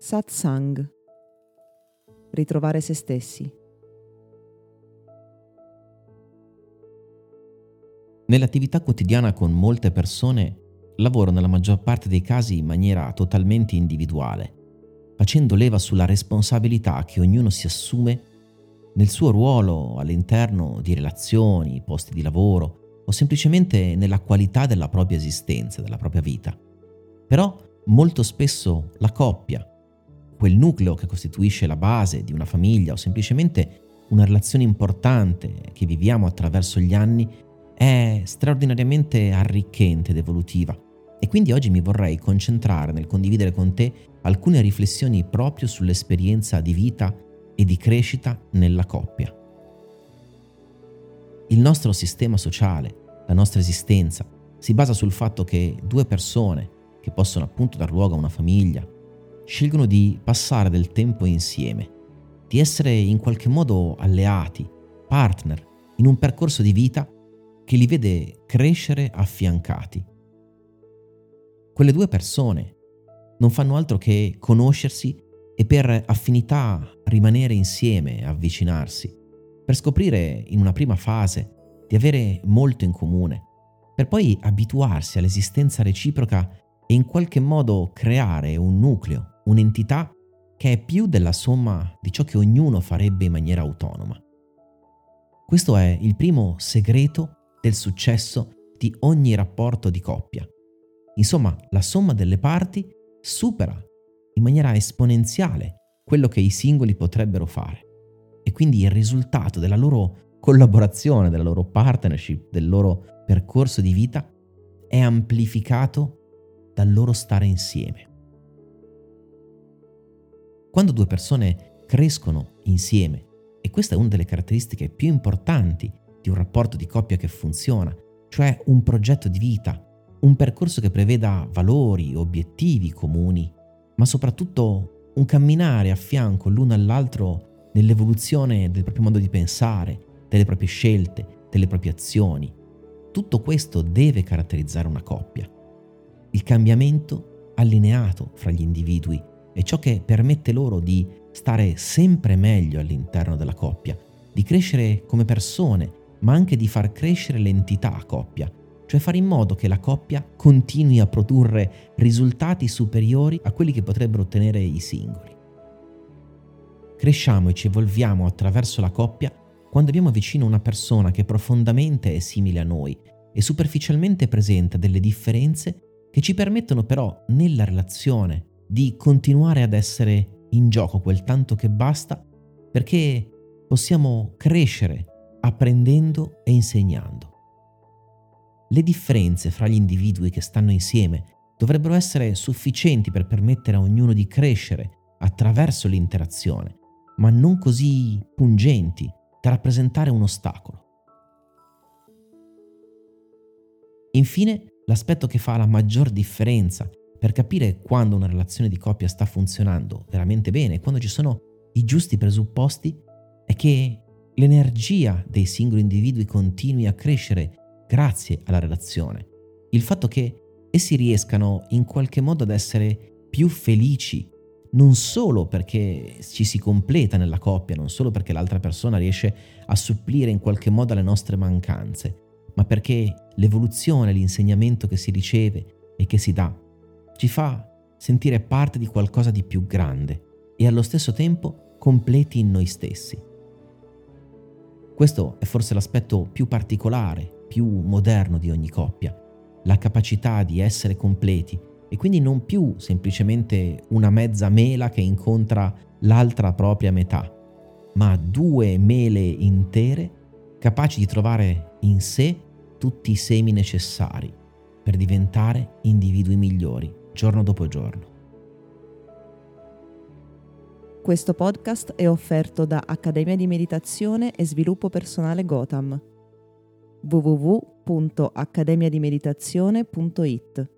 Satsang. Ritrovare se stessi. Nell'attività quotidiana con molte persone lavoro nella maggior parte dei casi in maniera totalmente individuale, facendo leva sulla responsabilità che ognuno si assume nel suo ruolo all'interno di relazioni, posti di lavoro o semplicemente nella qualità della propria esistenza, della propria vita. Però molto spesso la coppia, quel nucleo che costituisce la base di una famiglia o semplicemente una relazione importante che viviamo attraverso gli anni, è straordinariamente arricchente ed evolutiva. E quindi oggi mi vorrei concentrare nel condividere con te alcune riflessioni proprio sull'esperienza di vita e di crescita nella coppia. Il nostro sistema sociale, la nostra esistenza, si basa sul fatto che due persone che possono appunto dar luogo a una famiglia scelgono di passare del tempo insieme, di essere in qualche modo alleati, partner, in un percorso di vita che li vede crescere affiancati. Quelle due persone non fanno altro che conoscersi e per affinità rimanere insieme, avvicinarsi, per scoprire in una prima fase di avere molto in comune, per poi abituarsi all'esistenza reciproca e in qualche modo creare un nucleo, un'entità che è più della somma di ciò che ognuno farebbe in maniera autonoma. Questo è il primo segreto del successo di ogni rapporto di coppia. Insomma, la somma delle parti supera in maniera esponenziale quello che i singoli potrebbero fare. E quindi il risultato della loro collaborazione, della loro partnership, del loro percorso di vita è amplificato dal loro stare insieme. Quando due persone crescono insieme, e questa è una delle caratteristiche più importanti di un rapporto di coppia che funziona, cioè un progetto di vita, un percorso che preveda valori, obiettivi comuni, ma soprattutto un camminare a fianco l'uno all'altro nell'evoluzione del proprio modo di pensare, delle proprie scelte, delle proprie azioni. Tutto questo deve caratterizzare una coppia. Il cambiamento allineato fra gli individui è ciò che permette loro di stare sempre meglio all'interno della coppia, di crescere come persone, ma anche di far crescere l'entità coppia, cioè fare in modo che la coppia continui a produrre risultati superiori a quelli che potrebbero ottenere i singoli. Cresciamo e ci evolviamo attraverso la coppia quando abbiamo vicino una persona che profondamente è simile a noi e superficialmente presenta delle differenze che ci permettono però nella relazione di continuare ad essere in gioco quel tanto che basta, perché possiamo crescere apprendendo e insegnando. Le differenze fra gli individui che stanno insieme dovrebbero essere sufficienti per permettere a ognuno di crescere attraverso l'interazione, ma non così pungenti da rappresentare un ostacolo. Infine, l'aspetto che fa la maggior differenza per capire quando una relazione di coppia sta funzionando veramente bene, quando ci sono i giusti presupposti, è che l'energia dei singoli individui continui a crescere grazie alla relazione. Il fatto che essi riescano in qualche modo ad essere più felici, non solo perché ci si completa nella coppia, non solo perché l'altra persona riesce a supplire in qualche modo alle nostre mancanze, ma perché l'evoluzione, l'insegnamento che si riceve e che si dà ci fa sentire parte di qualcosa di più grande e allo stesso tempo completi in noi stessi. Questo è forse l'aspetto più particolare, più moderno di ogni coppia, la capacità di essere completi e quindi non più semplicemente una mezza mela che incontra l'altra propria metà, ma due mele intere capaci di trovare in sé tutti i semi necessari per diventare individui migliori giorno dopo giorno. Questo podcast è offerto da Accademia di Meditazione e Sviluppo Personale Gotham. www.accademiadimeditazione.it